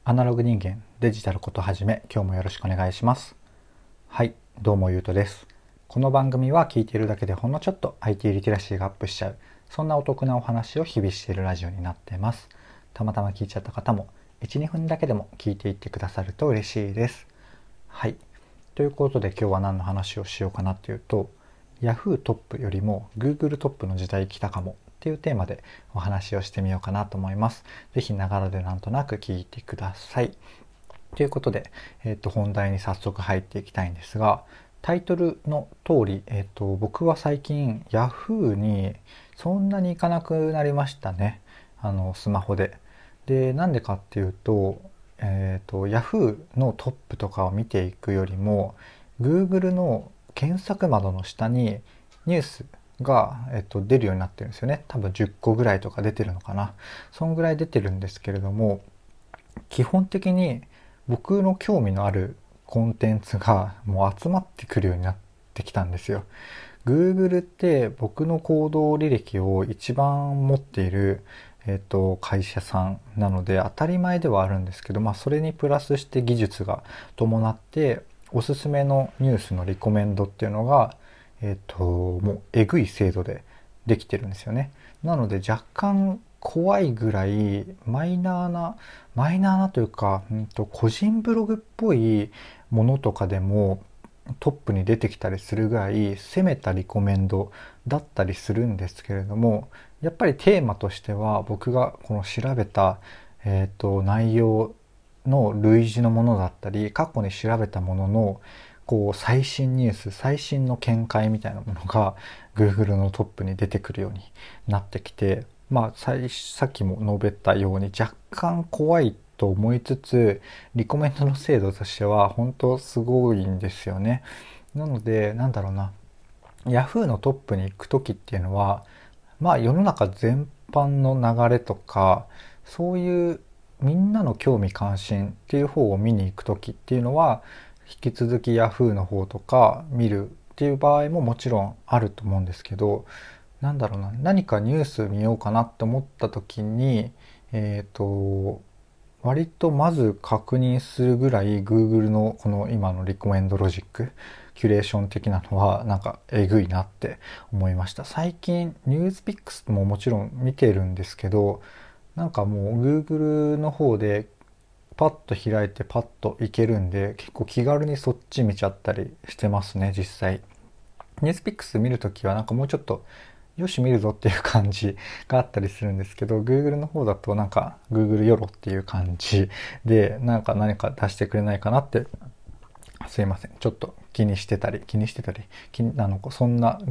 アナログ人間デジタルことはじめ、今日もよろしくお願いします。はい、どうもゆうとです。この番組は聞いているだけでほんのちょっと IT リテラシーがアップしちゃう、そんなお得なお話を日々しているラジオになっています。たまたま聞いちゃった方も1、2分だけでも聞いていってくださると嬉しいです。はい、ということで今日は何の話をしようかなっていうと、Yahoo トップよりも Google トップの時代来たかもっていうテーマでお話をしてみようかなと思います。ぜひながらでなんとなく聞いてください。ということで、本題に早速入っていきたいんですが、タイトルの通り、僕は最近 Yahoo にそんなに行かなくなりましたね。スマホで。で、なんでかっていうと、Yahoo のトップとかを見ていくよりも、Google の検索窓の下にニュースが、出るようになってるんですよね。多分10個ぐらいとか出てるのかな。そんぐらい出てるんですけれども、基本的に僕の興味のあるコンテンツがもう集まってくるようになってきたんですよ。Google って僕の行動履歴を一番持っている、会社さんなので当たり前ではあるんですけど、それにプラスして技術が伴っておすすめのニュースのリコメンドっていうのが、もうえぐい精度でできてるんですよね。なので若干怖いぐらいマイナーなというか、個人ブログっぽいものとかでもトップに出てきたりするぐらい攻めたリコメンドだったりするんですけれども、やっぱりテーマとしては僕がこの調べた、内容の類似のものだったり、過去に調べたもののこう最新ニュース、最新の見解みたいなものが Google のトップに出てくるようになってきて、さっきも述べたように若干怖いと思いつつ、リコメントの精度としては本当すごいんですよね。なので、なんだろうな、Yahoo のトップに行く時っていうのは、世の中全般の流れとか、そういうみんなの興味関心っていう方を見に行く時っていうのは、引き続き Yahoo の方とか見るっていう場合ももちろんあると思うんですけど、なんだろうな、何かニュース見ようかなって思った時に、えっと、割とまず確認するぐらい Google のこの今のリコメンドロジック、キュレーション的なのはなんかえぐいなって思いました。最近ニュースピックスももちろん見てるんですけど、なんかもう Google の方でパッと開いてパッといけるんで、結構気軽にそっち見ちゃったりしてますね、実際。ニュースピックス見るときはなんかもうちょっとよし見るぞっていう感じがあったりするんですけど、Google の方だとなんか Google よろっていう感じで、なんか何か出してくれないかなって、すいません、ちょっと気にしてたり、そんな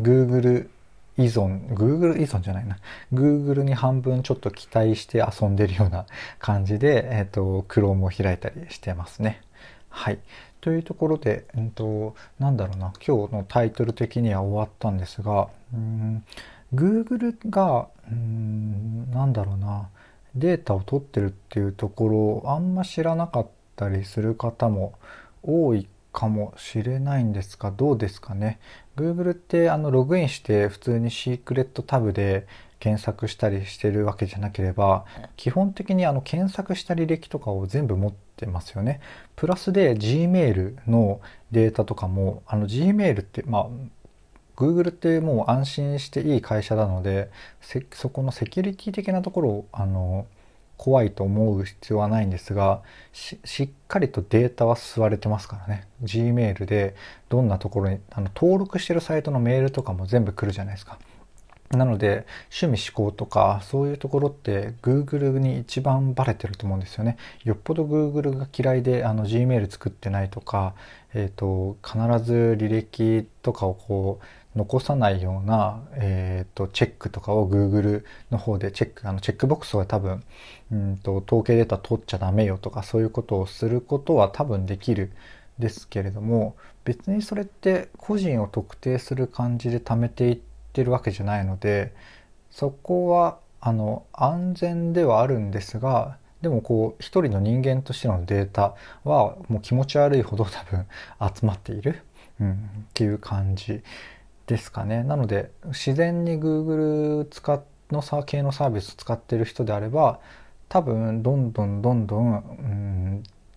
Google 依存じゃないな。Google に半分ちょっと期待して遊んでるような感じで、Chrome を開いたりしてますね。はい。というところで、なんだろうな、今日のタイトル的には終わったんですが、Google が、なんだろうな、データを取ってるっていうところをあんま知らなかったりする方も多いかもしれないんですが、どうですかね。Google ってログインして普通にシークレットタブで検索したりしてるわけじゃなければ、基本的に検索した履歴とかを全部持ってますよね。プラスで Gmail のデータとかも、Gmail って、Google ってもう安心していい会社なので、そこのセキュリティ的なところを、怖いと思う必要はないんですが、しっかりとデータは吸われてますからね。Gmail でどんなところに、登録してるサイトのメールとかも全部来るじゃないですか。なので、趣味思考とか、そういうところって Google に一番バレてると思うんですよね。よっぽど Google が嫌いで、Gmail 作ってないとか、必ず履歴とかを残さないような、チェックとかを Google の方でチェックボックスは多分、統計データ取っちゃダメよとか、そういうことをすることは多分できるですけれども、別にそれって個人を特定する感じで貯めていってるわけじゃないので、そこは安全ではあるんですが、でも一人の人間としてのデータはもう気持ち悪いほど多分集まっている、っていう感じですかね。なので自然に Google 系のサービスを使っている人であれば、多分どんどん、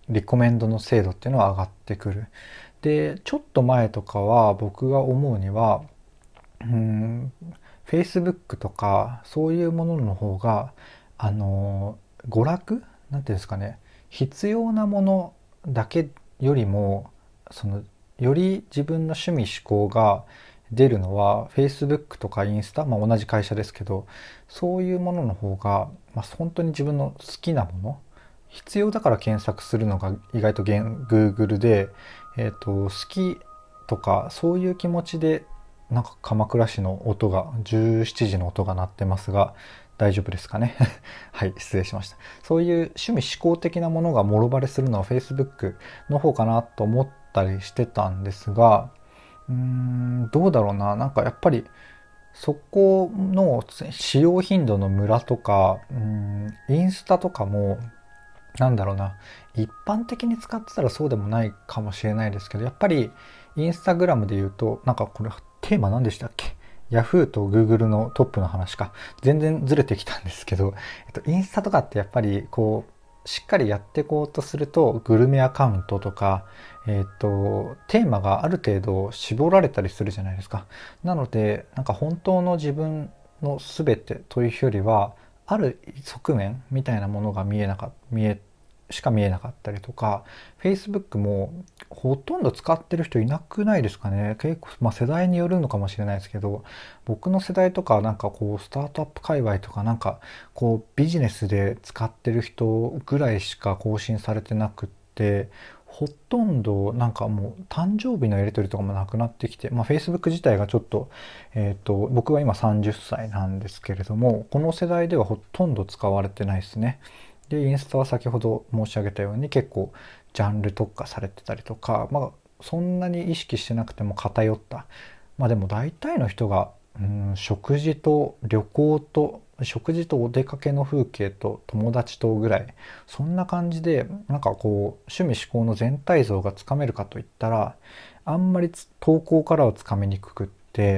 リコメンドの精度っていうのは上がってくる。でちょっと前とかは僕が思うにはFacebook とかそういうものの方が娯楽なんていうんですかね、必要なものだけよりもより自分の趣味嗜好が出るのは Facebook とかインスタ、同じ会社ですけど、そういうものの方が、本当に自分の好きなもの、必要だから検索するのが意外とGoogle で、好きとかそういう気持ちでなんか鎌倉市の音が17時の音が鳴ってますが大丈夫ですかね。はい、失礼しました。そういう趣味嗜好的なものがもろバレするのは Facebook の方かなと思ったりしてたんですが、どうだろうな、なんかやっぱりそこの使用頻度のムラとか、インスタとかもなんだろうな、一般的に使ってたらそうでもないかもしれないですけど、やっぱりインスタグラムで言うと、なんかこれテーマ何でしたっけ、ヤフーとグーグルのトップの話か、全然ずれてきたんですけど、インスタとかってやっぱりこうしっかりやっていこうとするとグルメアカウントとか、テーマがある程度絞られたりするじゃないですか。なのでなんか本当の自分の全てというよりはある側面みたいなものがしか見えなかったりとか、 Facebook もほとんど使ってる人いなくないですかね。結構、世代によるのかもしれないですけど、僕の世代とかなんかこうスタートアップ界隈とかなんかこうビジネスで使ってる人ぐらいしか更新されてなくって、ほとんどなんかもう誕生日のやり取りとかもなくなってきて、Facebook 自体がちょっと、僕は今30歳なんですけれども、この世代ではほとんど使われてないですね。でインスタは先ほど申し上げたように結構ジャンル特化されてたりとか、そんなに意識してなくても偏った、でも大体の人が食事とお出かけの風景と友達とぐらい、そんな感じでなんかこう趣味嗜好の全体像がつかめるかといったらあんまり投稿からはつかみにくくって、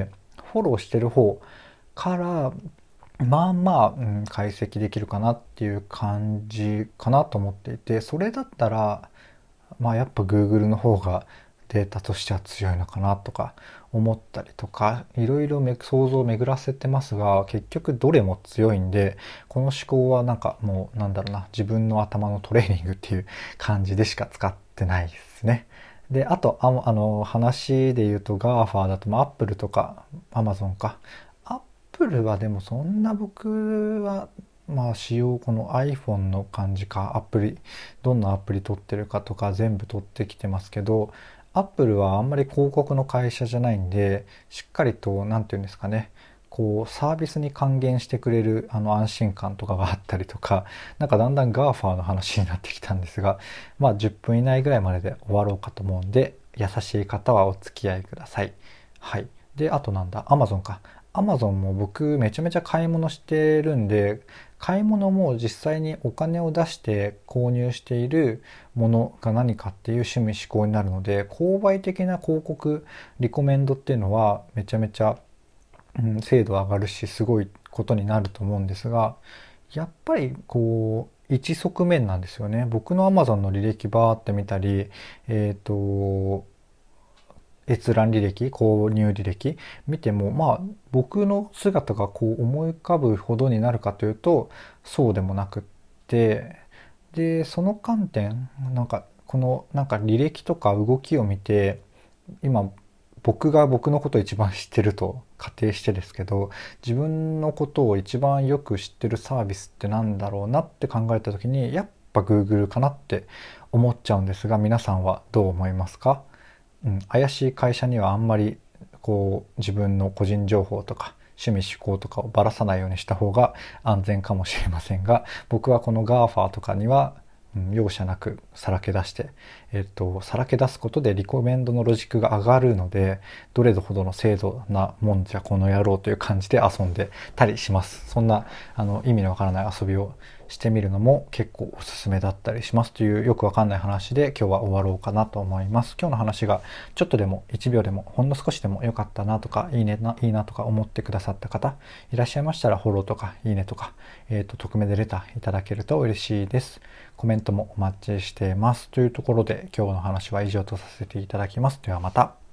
フォローしてる方から解析できるかなっていう感じかなと思っていて、それだったらやっぱ Google の方がデータとしては強いのかなとか思ったりとか、いろいろ想像を巡らせてますが、結局どれも強いんで、この思考はなんかもう自分の頭のトレーニングっていう感じでしか使ってないですね。であと話で言うと GAFA だとApple とか Amazon か。Apple はでもそんな僕は使用この iPhone の感じか、どんなアプリ取ってるかとか全部取ってきてますけど、Apple はあんまり広告の会社じゃないんで、しっかりと何て言うんですかね、こうサービスに還元してくれる安心感とかがあったりとか、なんかだんだん GAFA の話になってきたんですが、10分以内ぐらいまでで終わろうかと思うんで、優しい方はお付き合いください。はい。であとAmazon か。Amazon も僕めちゃめちゃ買い物してるんで、買い物も実際にお金を出して購入しているものが何かっていう趣味嗜好になるので、購買的な広告リコメンドっていうのはめちゃめちゃ、精度上がるしすごいことになると思うんですが、やっぱりこう一側面なんですよね。僕の Amazon の履歴バーって見たり、閲覧履歴、購入履歴見ても、僕の姿がこう思い浮かぶほどになるかというとそうでもなくって、でその観点なんか履歴とか動きを見て、今僕が僕のことを一番知ってると仮定してですけど、自分のことを一番よく知ってるサービスってなんだろうなって考えた時に、やっぱ Google かなって思っちゃうんですが、皆さんはどう思いますか？怪しい会社にはあんまりこう自分の個人情報とか趣味嗜好とかをばらさないようにした方が安全かもしれませんが、僕はこの GAFA とかには容赦なくさらけ出して、さらけ出すことでリコメンドのロジックが上がるので、どれほどの精度なもんじゃこの野郎という感じで遊んでたりします。そんな意味のわからない遊びをしてみるのも結構おすすめだったりしますというよくわかんない話で今日は終わろうかなと思います。今日の話がちょっとでも1秒でもほんの少しでも良かったなとかいいなとか思ってくださった方いらっしゃいましたらフォローとかいいねとか、匿名でレターいただけると嬉しいです。コメントもお待ちしています。というところで今日の話は以上とさせていただきます。ではまた。